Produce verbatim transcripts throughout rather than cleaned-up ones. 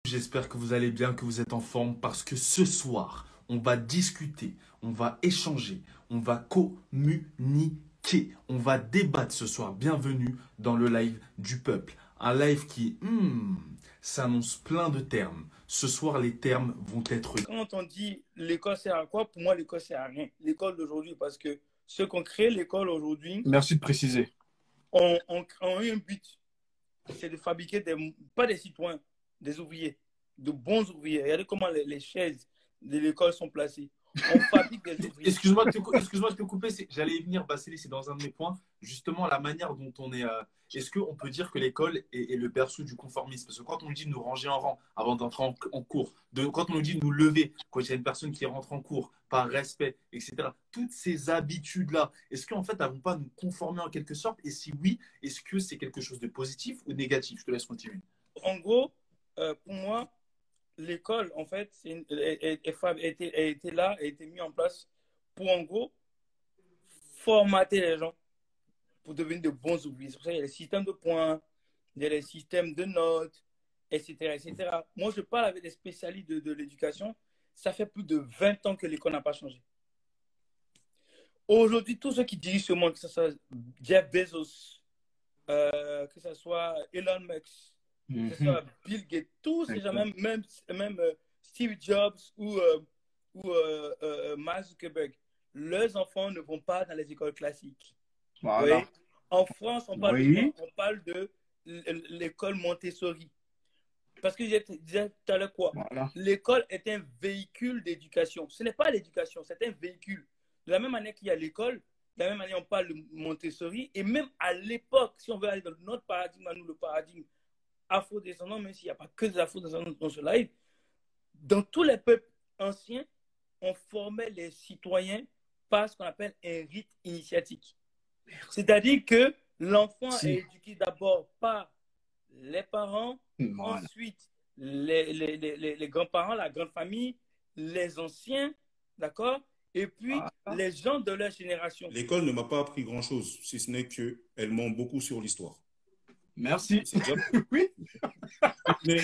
J'espère que vous allez bien, que vous êtes en forme parce que ce soir, on va discuter, on va échanger, on va communiquer, on va débattre ce soir. Bienvenue dans le live du peuple. Un live qui hmm, s'annonce plein de termes. Ce soir, les termes vont être... Quand on dit l'école sert à quoi, pour moi, l'école sert à rien. L'école d'aujourd'hui, parce que ceux qui ont créé l'école aujourd'hui... Merci de préciser. Ont, ont, ont eu un but. C'est de fabriquer, des, pas des citoyens, des ouvriers, de bons ouvriers. Regardez comment les, les chaises de l'école sont placées. On fabrique des ouvriers. Excuse-moi de te, excuse-moi de te couper, j'allais y venir, Bassili, c'est dans un de mes points. Justement, la manière dont on est... Euh, est-ce qu'on peut dire que l'école est, est le berceau du conformisme? Parce que quand on nous dit de nous ranger en rang avant d'entrer en, en cours, de, quand on nous dit de nous lever, quand il y a une personne qui rentre en cours, par respect, et cetera, toutes ces habitudes-là, est-ce qu'en fait, elles ne vont pas nous conformer en quelque sorte? Et si oui, est-ce que c'est quelque chose de positif ou négatif? Je te laisse continuer. En gros, euh, pour moi, l'école, en fait, c'est a été, été là, a été mis en place pour, en gros, formater les gens pour devenir de bons ouvriers. C'est pour ça qu'il y a les systèmes de points, il y a les systèmes de notes, et cetera, et cetera. Moi, je parle avec des spécialistes de, de l'éducation. Ça fait plus de vingt ans que l'école n'a pas changé. Aujourd'hui, tous ceux qui dirigent ce monde, que ce soit Jeff Bezos, euh, que ce soit Elon Musk, que ce soit Bill Gates, tous ces gens, même, même, même euh, Steve Jobs ou, euh, ou euh, euh, Mark Zuckerberg, leurs enfants ne vont pas dans les écoles classiques. Voilà. Oui. En France, on parle, Oui. de, on parle de l'école Montessori. Parce que je disais tout à l'heure quoi, Voilà. L'école est un véhicule d'éducation. Ce n'est pas l'éducation, c'est un véhicule. De la même manière qu'il y a l'école, de la même manière on parle de Montessori, et même à l'époque, si on veut aller dans notre paradigme, à nous, le paradigme afro-descendant, même s'il n'y a pas que des afro-descendants dans ce live, dans tous les peuples anciens, on formait les citoyens par ce qu'on appelle un rite initiatique. C'est-à-dire que l'enfant Si. est éduqué d'abord par les parents, Voilà. ensuite les, les, les, les grands-parents, la grande famille, les anciens, d'accord? Et puis Voilà. les gens de leur génération. L'école ne m'a pas appris grand-chose, si ce n'est qu'elle ment beaucoup sur l'histoire. Merci. C'est déjà... Oui. Mais...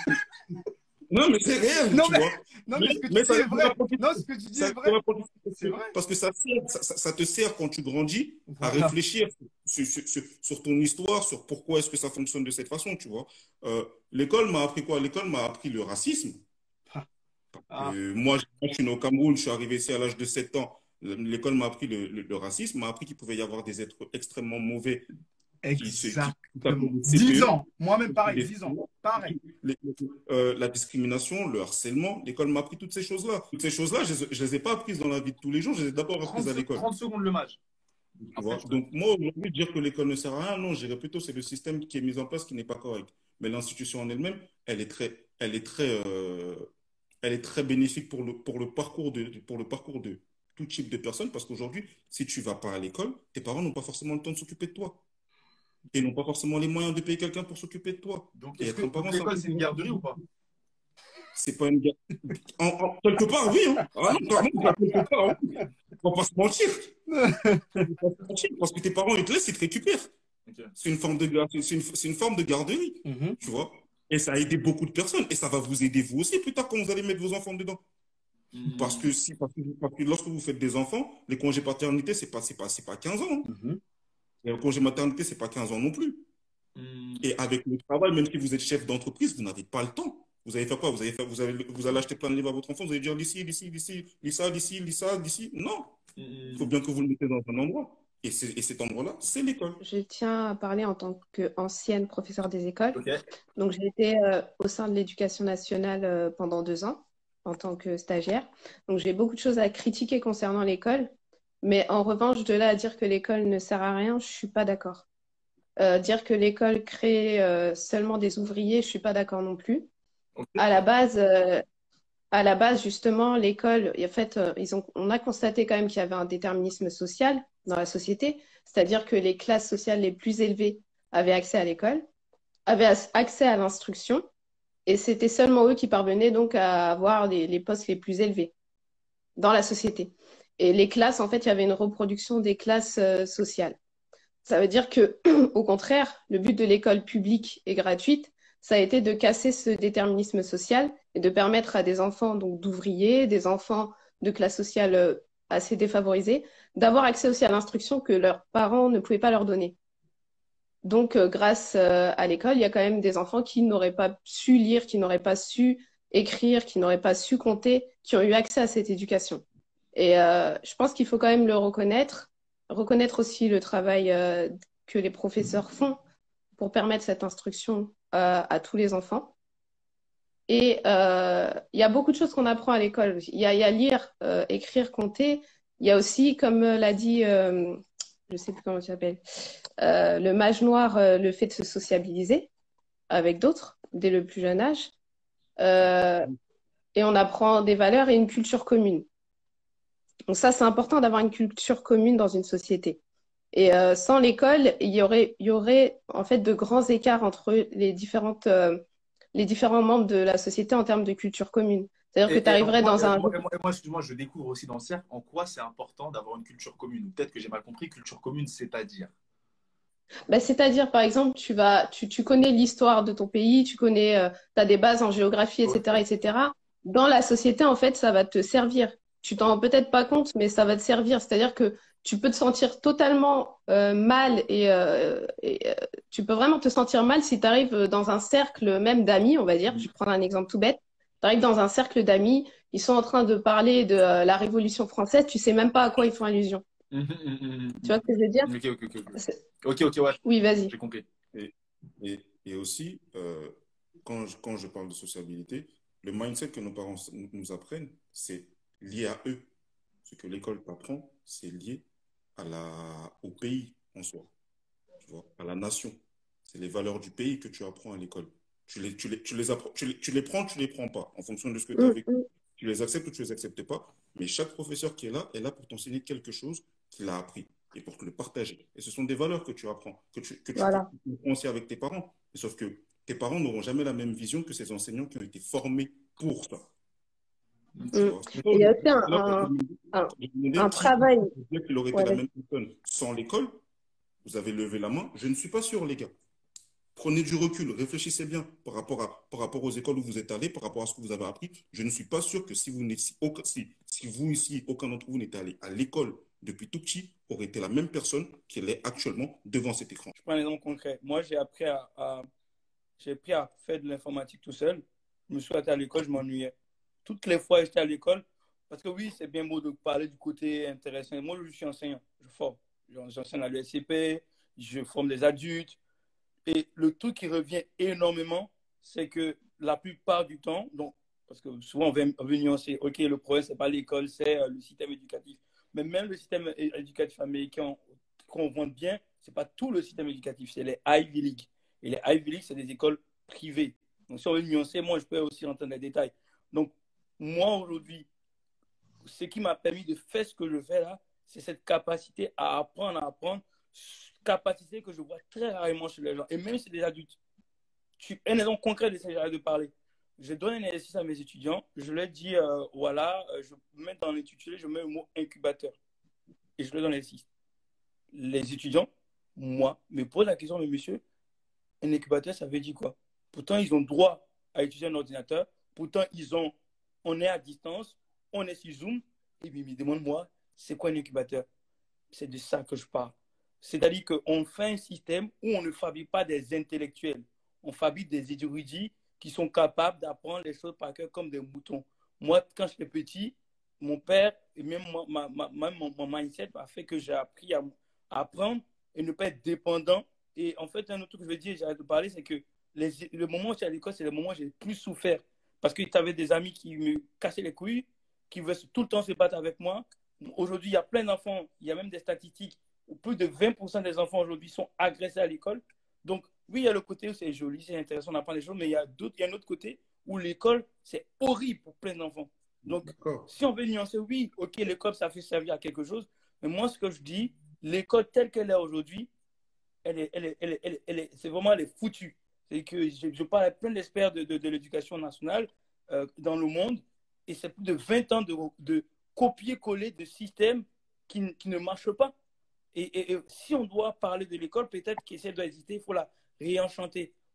Non, mais c'est réel, Non, tu mais, vois. non, mais ce que tu mais dis ça, est vrai. Non, ce que tu dis ça, est vrai. C'est vrai. Parce que ça, sert, ça, ça, ça te sert quand tu grandis à Voilà. réfléchir sur, sur, sur, sur ton histoire, sur pourquoi est-ce que ça fonctionne de cette façon, tu vois. Euh, l'école m'a appris quoi? L'école m'a appris le racisme. Ah. Euh, moi, je suis né au Cameroun, je suis arrivé ici à l'âge de sept ans. L'école m'a appris le, le, le racisme, m'a appris qu'il pouvait y avoir des êtres extrêmement mauvais. Exactement. dix ans. Moi-même, pareil, dix ans. Pareil. Les, euh, la discrimination, le harcèlement, l'école m'a appris toutes ces choses-là. Toutes ces choses-là, je ne les ai pas apprises dans la vie de tous les jours, je les ai d'abord apprises à l'école. trente secondes le match. Donc, moi, aujourd'hui, dire que l'école ne sert à rien, non, je dirais plutôt c'est le système qui est mis en place qui n'est pas correct. Mais l'institution en elle-même, elle est très, elle est très, euh, elle est très bénéfique pour le, pour le parcours de, pour le parcours de tout type de personnes, parce qu'aujourd'hui, si tu ne vas pas à l'école, tes parents n'ont pas forcément le temps de s'occuper de toi. Et n'ont pas forcément les moyens de payer quelqu'un pour s'occuper de toi. Donc, est-ce que l'école, c'est une garderie ou pas? C'est pas une garderie. En, en, quelque part, oui. Hein. Ah non, pardon, quelque part, hein. On va pas se mentir. Parce que tes parents, ils te laissent, ils te récupèrent. Okay. C'est une forme de, c'est une, c'est une forme de garderie, mm-hmm. tu vois. Et ça a aidé beaucoup de personnes. Et ça va vous aider vous aussi plus tard quand vous allez mettre vos enfants dedans. Mm-hmm. Parce que si, parce que, parce que lorsque vous faites des enfants, les congés paternité, c'est pas, c'est pas, c'est pas quinze ans. Hein. Mm-hmm. Et le congé maternité, ce n'est pas quinze ans non plus. Mm. Et avec le travail, même si vous êtes chef d'entreprise, vous n'avez pas le temps. Vous allez faire quoi? Vous allez, faire, vous, allez, vous allez acheter plein de livres à votre enfant, vous allez dire l'ici, l'ici, l'ici, lis ça, l'ici, lis ça, l'ici. Non. Il mm. faut bien que vous le mettez dans un endroit. Et, et cet endroit-là, c'est l'école. Je tiens à parler en tant qu'ancienne professeure des écoles. Okay. Donc, j'ai été euh, au sein de l'éducation nationale euh, pendant deux ans en tant que stagiaire. Donc, j'ai beaucoup de choses à critiquer concernant l'école. Mais en revanche, de là à dire que l'école ne sert à rien, je ne suis pas d'accord. Euh, dire que l'école crée euh, seulement des ouvriers, je ne suis pas d'accord non plus. Okay. À la base, euh, à la base justement, l'école, en fait, euh, ils ont, on a constaté quand même qu'il y avait un déterminisme social dans la société, c'est-à-dire que les classes sociales les plus élevées avaient accès à l'école, avaient accès à l'instruction, et c'était seulement eux qui parvenaient donc à avoir les, les postes les plus élevés dans la société. Et les classes, en fait, il y avait une reproduction des classes euh, sociales. Ça veut dire que, au contraire, le but de l'école publique et gratuite, ça a été de casser ce déterminisme social et de permettre à des enfants donc d'ouvriers, des enfants de classe sociale euh, assez défavorisée, d'avoir accès aussi à l'instruction que leurs parents ne pouvaient pas leur donner. Donc, euh, grâce euh, à l'école, il y a quand même des enfants qui n'auraient pas su lire, qui n'auraient pas su écrire, qui n'auraient pas su compter, qui ont eu accès à cette éducation. Et euh, je pense qu'il faut quand même le reconnaître, reconnaître aussi le travail euh, que les professeurs font pour permettre cette instruction euh, à tous les enfants. Et euh, il y a beaucoup de choses qu'on apprend à l'école. Il y a, il y a lire, euh, écrire, compter. Il y a aussi, comme l'a dit, euh, je ne sais plus comment il s'appelle, euh, le mage noir, euh, le fait de se sociabiliser avec d'autres dès le plus jeune âge. Euh, et on apprend des valeurs et une culture commune. Donc ça, c'est important d'avoir une culture commune dans une société. Et euh, sans l'école, il y aurait, il y aurait en fait de grands écarts entre les différentes, euh, les différents membres de la société en termes de culture commune. C'est-à-dire que Et, tu et en arriverais quoi- dans et un... moi, et moi, et moi, excuse-moi, je découvre aussi dans le cercle en quoi c'est important d'avoir une culture commune. Ou peut-être que j'ai mal compris, culture commune, c'est-à-dire. Ben, c'est-à-dire, par exemple, tu vas, tu, tu connais l'histoire de ton pays, tu connais, euh, tu as des bases en géographie, et cetera, Ok. et cetera. Dans la société, en fait, ça va te servir. Tu t'en rends peut-être pas compte, mais ça va te servir. C'est-à-dire que tu peux te sentir totalement euh, mal et, euh, et, euh, tu peux vraiment te sentir mal si tu arrives dans un cercle même d'amis, on va dire. Je vais prendre un exemple tout bête. Tu arrives dans un cercle d'amis, ils sont en train de parler de euh, la Révolution française, tu sais même pas à quoi ils font allusion. Mhm, mhm, mhm, Tu vois ce que je veux dire? mhm. Ok, ok, ok. Ok, C'est- ok, ok, ouais, Oui, vas-y. j'ai compris. Et, et, et aussi, euh, quand je, quand je parle de sociabilité, le mindset que nos parents nous, nous apprennent, c'est lié à eux. Ce que l'école t'apprend, c'est lié à la, au pays en soi, tu vois, à la nation. C'est les valeurs du pays que tu apprends à l'école. Tu les, tu les, tu les apprends, tu les, tu les prends, tu les prends pas, en fonction de ce que tu as Mm, vécu. mm. Tu les acceptes ou tu les acceptes pas. Mais chaque professeur qui est là est là pour t'enseigner quelque chose qu'il a appris et pour te le partager. Et ce sont des valeurs que tu apprends, que tu, que tu peux Voilà. apprendre aussi avec tes parents. Et sauf que tes parents n'auront jamais la même vision que ces enseignants qui ont été formés pour ça. Tu Mm. vois. C'est Et il y a aussi pour un, ça, là, quand un, je me un, quand je me demandais un qui travail. peut dire qu'il aurait été Ouais, la vas-y. même personne sans l'école, vous avez levé la main. Je ne suis pas sûr, les gars. Prenez du recul, réfléchissez bien par rapport, à, par rapport aux écoles où vous êtes allés, par rapport à ce que vous avez appris. Je ne suis pas sûr que si vous, n'êtes- si, aucun- si, si vous ici, aucun d'entre vous n'était allé à l'école depuis tout petit, aurait été la même personne qui est actuellement devant cet écran. Je prends un exemple concret. Moi, j'ai appris à, à- j'ai appris à faire de l'informatique tout seul. Je me suis arrêté à l'école, je m'ennuyais. Toutes les fois que j'étais à l'école, parce que oui, c'est bien beau de parler du côté intéressant. Moi, je suis enseignant, je forme. J'enseigne à l'U S C P, je forme des adultes. Et le truc qui revient énormément, c'est que la plupart du temps, donc, parce que souvent on veut, on veut nuancer, ok, le problème, c'est pas l'école, c'est euh, le système éducatif. Mais même le système é- éducatif américain, qu'on voit bien, c'est pas tout le système éducatif, c'est les Ivy League. Et les Ivy League, c'est des écoles privées. Donc, si on veut nuancer, moi, je peux aussi rentrer dans les détails. Donc, moi, aujourd'hui, ce qui m'a permis de faire ce que je fais là, c'est cette capacité à apprendre, à apprendre, capacité que je vois très rarement chez les gens, et même chez les adultes. Tu, un exemple concret de ça, j'arrête de parler. Je donne un exercice à mes étudiants, je leur dis, euh, voilà, euh, je mets dans l'intitulé, je mets le mot incubateur, et je leur donne l'exercice. Les étudiants, moi, me posent la question, mais monsieur, un incubateur, ça veut dire quoi? Pourtant, ils ont droit à utiliser un ordinateur, pourtant, ils ont, on est à distance, on est sur Zoom, et puis ils me demandent, moi, c'est quoi un incubateur? C'est de ça que je parle. C'est-à-dire qu'on fait un système où on ne fabrique pas des intellectuels. On fabrique des érudits qui sont capables d'apprendre les choses par cœur comme des moutons. Moi, quand j'étais petit, mon père, et même, ma, ma, ma, mon, mon mindset a fait que j'ai appris à, à apprendre et ne pas être dépendant. Et en fait, un autre truc que je veux dire, j'arrête de parler, c'est que les, le moment où j'étais à l'école, c'est le moment où j'ai le plus souffert. Parce que tu avais des amis qui me cassaient les couilles, qui veulent tout le temps se battre avec moi. Aujourd'hui, il y a plein d'enfants, il y a même des statistiques où plus de vingt pour cent des enfants aujourd'hui sont agressés à l'école. Donc, oui, il y a le côté où c'est joli, c'est intéressant d'apprendre des choses, mais il y a d'autres, il y a un autre côté où l'école, c'est horrible pour plein d'enfants. Donc, si on veut nuancer, oui, ok, l'école, ça fait servir à quelque chose, mais moi, ce que je dis, l'école telle qu'elle est aujourd'hui, elle est, elle est, elle est, elle est, elle est, c'est vraiment, elle est foutue. C'est que je, je parle à plein d'experts de, de, de l'éducation nationale euh, dans le monde, et c'est plus de vingt ans de, de copier-coller de systèmes qui, qui ne marchent pas. Et, et, et si on doit parler de l'école, peut-être qu'elle doit exister, il faut la réenchanter.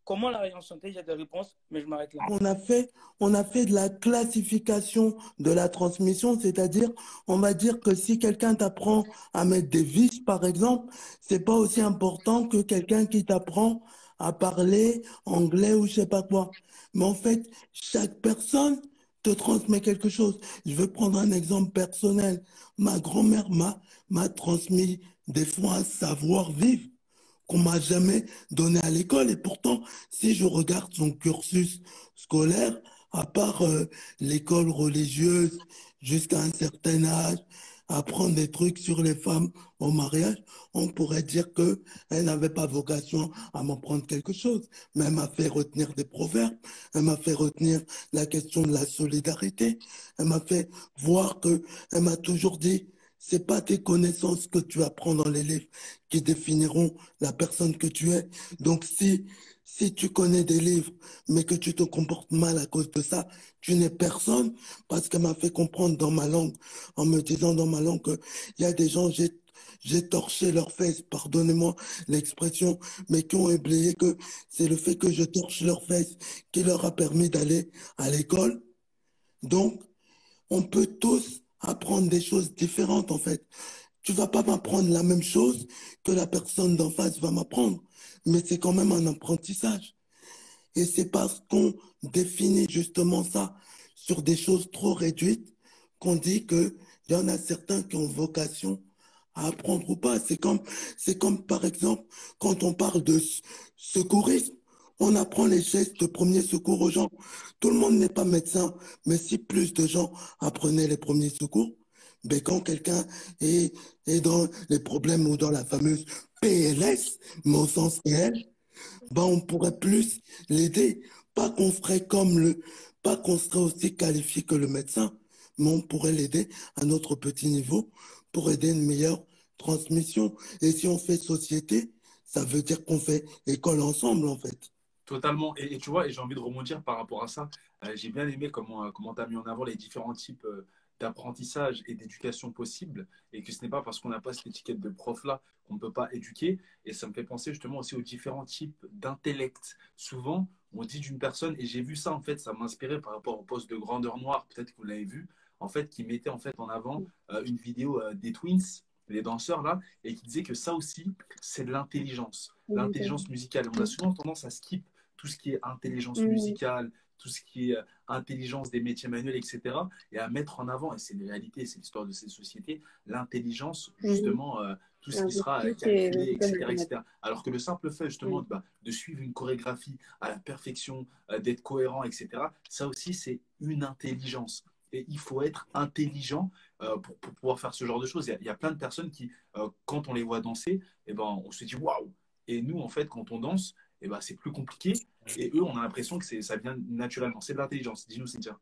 comment la région santé, j'ai des réponses, mais je m'arrête là. On a fait, on a fait de la classification de la transmission, c'est-à-dire, on va dire que si quelqu'un t'apprend à mettre des vis, par exemple, c'est pas aussi important que quelqu'un qui t'apprend à parler anglais ou je sais pas quoi. Mais en fait, chaque personne te transmet quelque chose. Je vais prendre un exemple personnel. Ma grand-mère m'a, m'a transmis des fois un savoir-vivre qu'on m'a jamais donné à l'école. Et pourtant, si je regarde son cursus scolaire, à part euh, l'école religieuse jusqu'à un certain âge, apprendre des trucs sur les femmes au mariage, on pourrait dire que elle n'avait pas vocation à m'en prendre quelque chose. Mais elle m'a fait retenir des proverbes, elle m'a fait retenir la question de la solidarité, elle m'a fait voir que, elle m'a toujours dit, c'est pas tes connaissances que tu apprends dans les livres qui définiront la personne que tu es. Donc si, si tu connais des livres, mais que tu te comportes mal à cause de ça, tu n'es personne, parce qu'elle m'a fait comprendre dans ma langue, en me disant dans ma langue qu'il y a des gens, j'ai j'ai torché leurs fesses, pardonnez-moi l'expression, mais qui ont oublié que c'est le fait que je torche leurs fesses qui leur a permis d'aller à l'école. Donc, on peut tous apprendre des choses différentes, en fait. Tu vas pas m'apprendre la même chose que la personne d'en face va m'apprendre, mais c'est quand même un apprentissage. Et c'est parce qu'on définit justement ça sur des choses trop réduites qu'on dit qu'il y en a certains qui ont vocation à apprendre ou pas. C'est comme, c'est comme par exemple, quand on parle de secourisme, on apprend les gestes de premier secours aux gens. Tout le monde n'est pas médecin, mais si plus de gens apprenaient les premiers secours, ben quand quelqu'un est, est dans les problèmes ou dans la fameuse P L S, mais au sens réel, ben on pourrait plus l'aider. Pas qu'on ferait comme le, pas qu'on serait aussi qualifié que le médecin, mais on pourrait l'aider à notre petit niveau pour aider une meilleure transmission. Et si on fait société, ça veut dire qu'on fait école ensemble, en fait. Totalement. Et, et tu vois, et j'ai envie de rebondir par rapport à ça. Euh, j'ai bien aimé comment, euh, comment tu as mis en avant les différents types euh, d'apprentissage et d'éducation possibles, et que ce n'est pas parce qu'on n'a pas cette étiquette de prof-là qu'on ne peut pas éduquer. Et ça me fait penser justement aussi aux différents types d'intellect. Souvent, on dit d'une personne, et j'ai vu ça en fait, ça m'a inspiré par rapport au poste de Grandeur Noire, peut-être que vous l'avez vu, en fait, qui mettait en fait en avant euh, une vidéo euh, des Twins, les danseurs là, et qui disait que ça aussi, c'est de l'intelligence, l'intelligence musicale. On a souvent tendance à skip tout ce qui est intelligence musicale, tout ce qui est intelligence des métiers manuels, et cetera. Et à mettre en avant, et c'est une réalité, c'est l'histoire de ces sociétés, l'intelligence, justement, euh, tout ce qui sera calculé, et cetera, et cetera. Alors que le simple fait, justement, bah, de suivre une chorégraphie à la perfection, euh, d'être cohérent, et cetera, ça aussi, c'est une intelligence. Et il faut être intelligent euh, pour, pour pouvoir faire ce genre de choses. Il y a, il y a plein de personnes qui, euh, quand on les voit danser, eh ben, on se dit waouh. Et nous, en fait, quand on danse, eh ben, c'est plus compliqué. Et eux, on a l'impression que ça vient naturellement. C'est de l'intelligence. Dis-nous, Cynthia.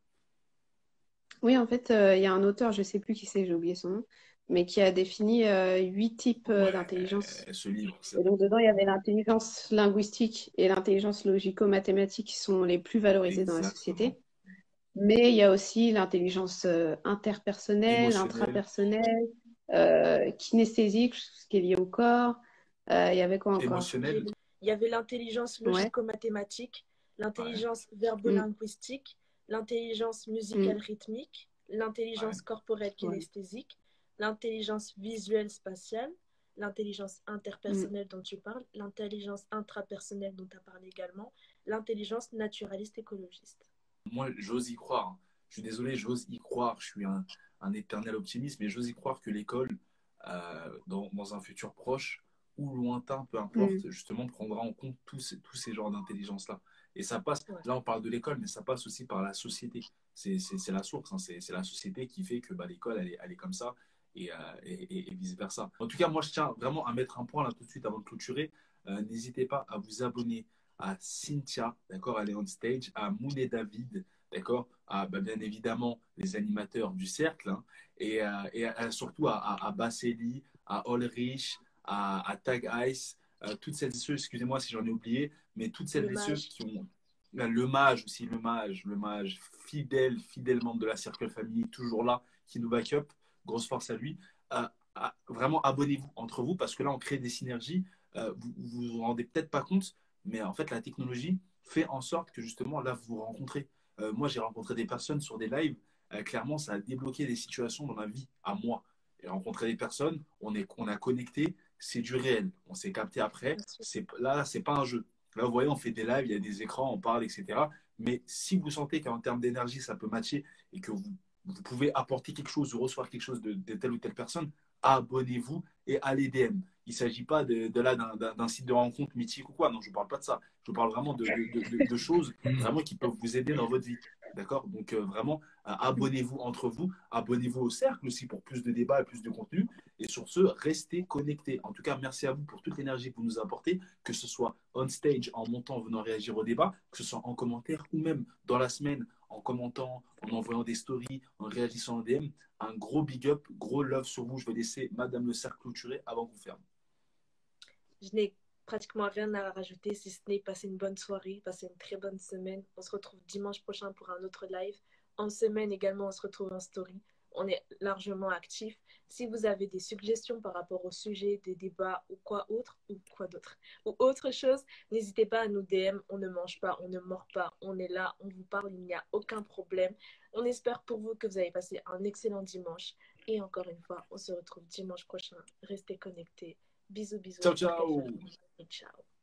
Oui, en fait, euh, il y a un auteur, je ne sais plus qui c'est, j'ai oublié son nom, mais qui a défini euh, huit types euh, Ouais, d'intelligence. ce livre. Et donc, dedans, il y avait l'intelligence linguistique et l'intelligence logico-mathématique qui sont les plus valorisées Exactement. dans la société. Mais il y a aussi l'intelligence euh, interpersonnelle, Émotionnel. intrapersonnelle, euh, kinesthésique, ce qui est lié au corps. Euh, il y avait quoi encore? Émotionnel. Il y avait l'intelligence Ouais. logico-mathématique, l'intelligence verbo-linguistique, l'intelligence musicale Mm. rythmique, l'intelligence Ouais. corporelle kinesthésique, l'intelligence visuelle spatiale, l'intelligence interpersonnelle dont tu parles, l'intelligence intrapersonnelle dont tu as parlé également, l'intelligence naturaliste écologiste. Moi, j'ose y croire. Je suis désolé, j'ose y croire. Je suis un, un éternel optimiste, mais j'ose y croire que l'école, euh, dans, dans un futur proche ou lointain, peu importe, Mm. justement, prendra en compte tous ces, tous ces genres d'intelligence-là. Et ça passe, Ouais. là on parle de l'école, mais ça passe aussi par la société. C'est la source, hein. C'est la société qui fait que bah, l'école, elle est, elle est comme ça et, euh, et, et vice-versa. En tout cas, moi, je tiens vraiment à mettre un point là tout de suite avant de clôturer. Euh, N'hésitez pas à vous abonner à Cynthia, d'accord, elle est on stage, à Mounet David, d'accord, à bah, bien évidemment les animateurs du cercle, hein, et, euh, et à, surtout à, à, à Basseli, à Ulrich, à, à Tag Ice, euh, toutes celles et ceux, excusez-moi si j'en ai oublié, mais toutes celles Le et ceux mage. qui ont là, le mage aussi, le mage, le mage, fidèle, fidèle membre de la Circle Family, toujours là, qui nous back up, grosse force à lui. Euh, à, vraiment abonnez-vous entre vous parce que là on crée des synergies. Euh, vous vous vous rendez peut-être pas compte, Mais en fait, la technologie fait en sorte que justement, là, vous vous rencontrez. Euh, moi, j'ai rencontré des personnes sur des lives. Euh, clairement, ça a débloqué des situations dans ma vie, à moi. J'ai rencontré des personnes, on, est, on a connecté, c'est du réel. On s'est capté après. C'est, là, c'est pas un jeu. Là, vous voyez, on fait des lives, il y a des écrans, on parle, et cetera. Mais si vous sentez qu'en termes d'énergie, ça peut matcher et que vous, vous pouvez apporter quelque chose ou recevoir quelque chose de, de telle ou telle personne, abonnez-vous et allez D M. Il ne s'agit pas de, de là d'un site de rencontre mythique ou quoi. Non, je ne parle pas de ça. Je parle vraiment de, de, de, de choses vraiment qui peuvent vous aider dans votre vie. D'accord? Donc, euh, vraiment, euh, abonnez-vous entre vous. Abonnez-vous au cercle aussi pour plus de débats et plus de contenu. Et sur ce, restez connectés. En tout cas, merci à vous pour toute l'énergie que vous nous apportez, que ce soit on stage, en montant, en venant réagir au débat, que ce soit en commentaire ou même dans la semaine, en commentant, en envoyant des stories, en réagissant en D M. Un gros big up, gros love sur vous. Je vais laisser Madame le cercle clôturer avant qu'on ferme. Je n'ai pratiquement rien à rajouter, si ce n'est passer une bonne soirée, passer une très bonne semaine. On se retrouve dimanche prochain pour un autre live. En semaine également, on se retrouve en story. On est largement actifs. Si vous avez des suggestions par rapport au sujet, des débats ou quoi autre, ou quoi d'autre, ou autre chose, n'hésitez pas à nous D M. On ne mange pas, on ne mord pas, on est là, on vous parle, il n'y a aucun problème. On espère pour vous que vous avez passé un excellent dimanche. Et encore une fois, on se retrouve dimanche prochain. Restez connectés. Bisous, bisous. Ciao, ciao. Ciao.